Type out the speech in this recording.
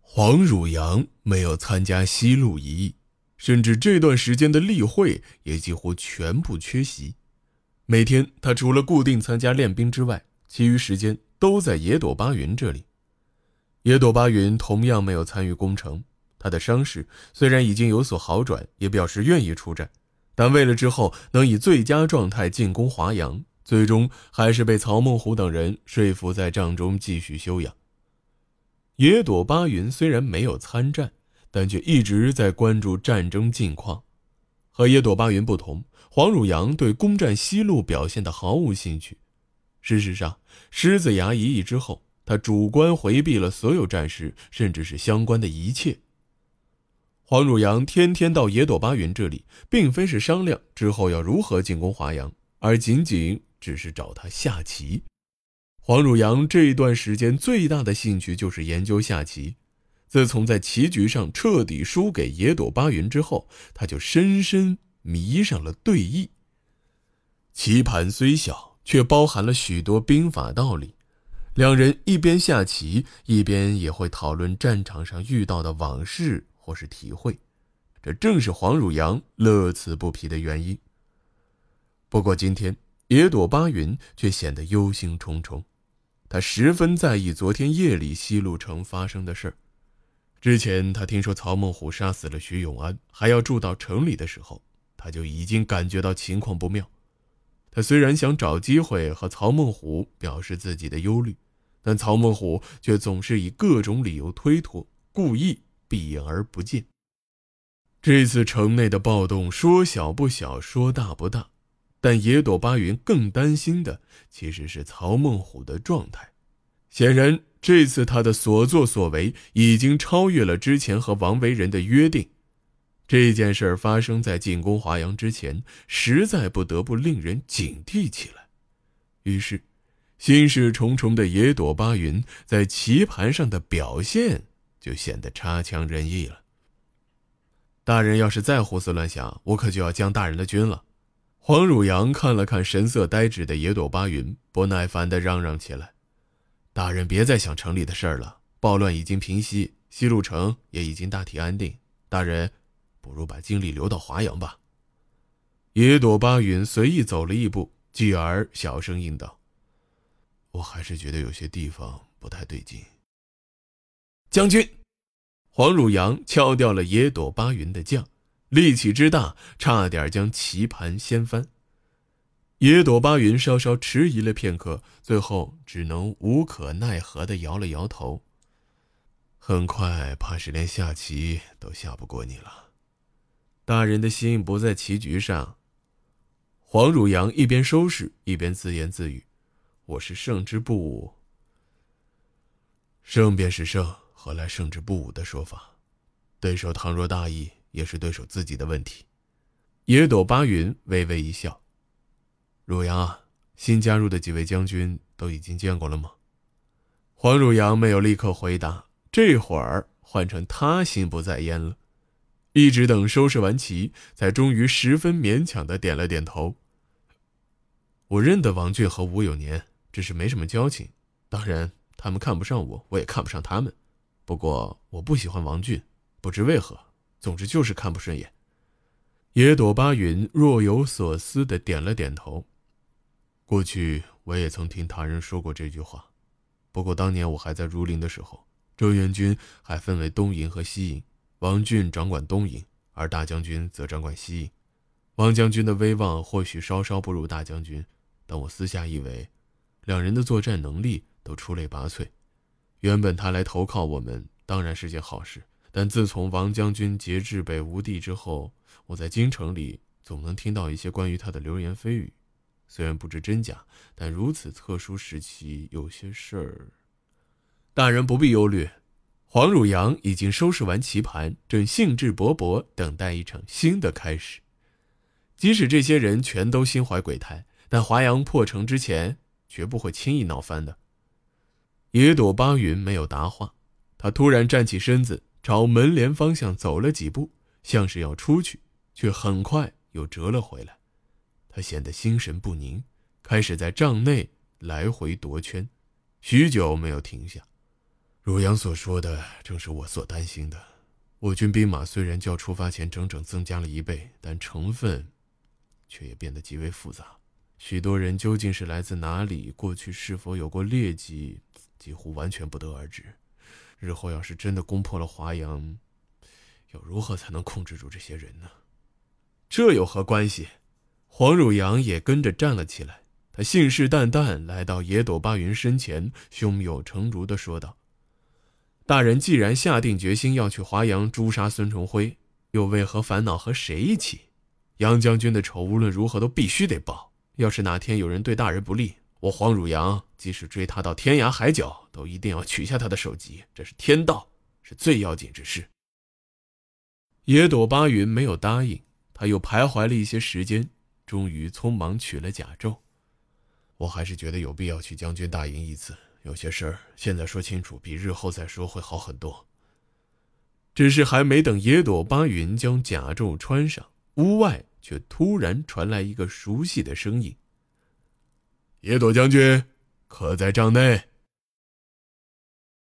黄汝阳没有参加西路一役，甚至这段时间的例会也几乎全部缺席。每天他除了固定参加练兵之外，其余时间都在野朵巴云这里。野朵巴云同样没有参与攻城，他的伤势虽然已经有所好转，也表示愿意出战，但为了之后能以最佳状态进攻华阳，最终还是被曹孟虎等人说服在帐中继续休养。野朵巴云虽然没有参战，但却一直在关注战争近况。和野朵巴云不同，黄汝阳对攻占西路表现得毫无兴趣。事实上，狮子崖一役之后，他主观回避了所有战事，甚至是相关的一切。黄汝阳天天到野朵巴云这里，并非是商量之后要如何进攻华阳，而仅仅只是找他下棋。黄汝阳这一段时间最大的兴趣就是研究下棋。自从在棋局上彻底输给野朵巴云之后，他就深深迷上了对弈。棋盘虽小，却包含了许多兵法道理。两人一边下棋，一边也会讨论战场上遇到的往事或是体会，这正是黄汝阳乐此不疲的原因。不过今天，野朵巴云却显得忧心忡忡。他十分在意昨天夜里西路城发生的事儿。之前他听说曹孟虎杀死了徐永安，还要住到城里的时候，他就已经感觉到情况不妙。他虽然想找机会和曹孟虎表示自己的忧虑，但曹孟虎却总是以各种理由推脱，故意避而而不见。这次城内的暴动说小不小，说大不大，但野朵巴云更担心的其实是曹孟虎的状态。显然这次他的所作所为已经超越了之前和王维人的约定。这件事发生在进攻华阳之前，实在不得不令人警惕起来。于是心事重重的野朵巴云在棋盘上的表现就显得差强人意了。大人要是再胡思乱想，我可就要将大人的军了。黄汝阳看了看神色呆滞的野朵巴云，不耐烦地嚷嚷起来：大人别再想城里的事儿了，暴乱已经平息，西路城也已经大体安定，大人不如把精力留到华阳吧。野朵巴云随意走了一步，继而小声应道：我还是觉得有些地方不太对劲。将军！黄汝阳敲掉了野朵巴云的将，力气之大，差点将棋盘掀翻。野朵巴云稍稍迟疑了片刻，最后只能无可奈何地摇了摇头。很快怕是连下棋都下不过你了。大人的心不在棋局上。黄汝阳一边收拾一边自言自语：我是胜之不武。胜便是胜，何来胜之不武的说法？对手倘若大意，也是对手自己的问题。野朵巴云微微一笑：汝阳啊，新加入的几位将军都已经见过了吗？黄汝阳没有立刻回答，这会儿换成他心不在焉了。一直等收拾完棋，才终于十分勉强地点了点头。我认得王俊和吴有年，只是没什么交情，当然他们看不上我，我也看不上他们。不过我不喜欢王俊，不知为何，总之就是看不顺眼。野朵巴云若有所思地点了点头。过去我也曾听他人说过这句话，不过当年我还在儒林的时候，周元军还分为东营和西营，王俊掌管东营，而大将军则掌管西营。王将军的威望或许稍稍不如大将军，但我私下以为两人的作战能力都出类拔萃。原本他来投靠我们当然是件好事，但自从王将军节制北吴地之后，我在京城里总能听到一些关于他的流言蜚语，虽然不知真假，但如此特殊时期有些事儿。大人不必忧虑，黄汝阳已经收拾完棋盘，正兴致勃勃等待一场新的开始。即使这些人全都心怀鬼胎，但华阳破城之前绝不会轻易闹翻的。野朵巴云没有答话，他突然站起身子，朝门帘方向走了几步，像是要出去，却很快又折了回来。他显得心神不宁，开始在帐内来回踱圈，许久没有停下。 汝阳所说的正是我所担心的。我军兵马虽然较出发前整整增加了1倍，但成分却也变得极为复杂。许多人究竟是来自哪里，过去是否有过劣迹，几乎完全不得而知。日后要是真的攻破了华阳，要如何才能控制住这些人呢？这有何关系？黄汝阳也跟着站了起来，他信誓旦旦来到野朵巴云身前，胸有成竹地说道：大人既然下定决心要去华阳诛杀孙重辉，又为何烦恼和谁一起？杨将军的仇无论如何都必须得报，要是哪天有人对大人不利，我黄汝阳即使追他到天涯海角，都一定要取下他的首级，这是天道，是最要紧之事。野朵巴云没有答应，他又徘徊了一些时间，终于匆忙取了甲胄。我还是觉得有必要去将军大营一次，有些事儿现在说清楚比日后再说会好很多。只是还没等野朵巴云将甲胄穿上，屋外却突然传来一个熟悉的声音：野朵将军，可在帐内？